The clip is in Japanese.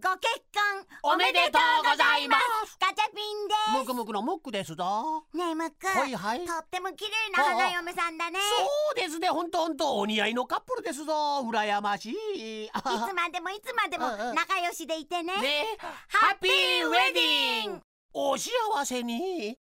ご結婚おめでとうございます。 ガチャピンです。 ムクムクのムックですぞ。 ねえムック、 はいはい、 とっても綺麗な花嫁さんだね。 そうですね、ほんとお似合いのカップルですぞ。羨ましい。いつまでも仲良しでいてね。 ね、ハッピーウェディング。お幸せに。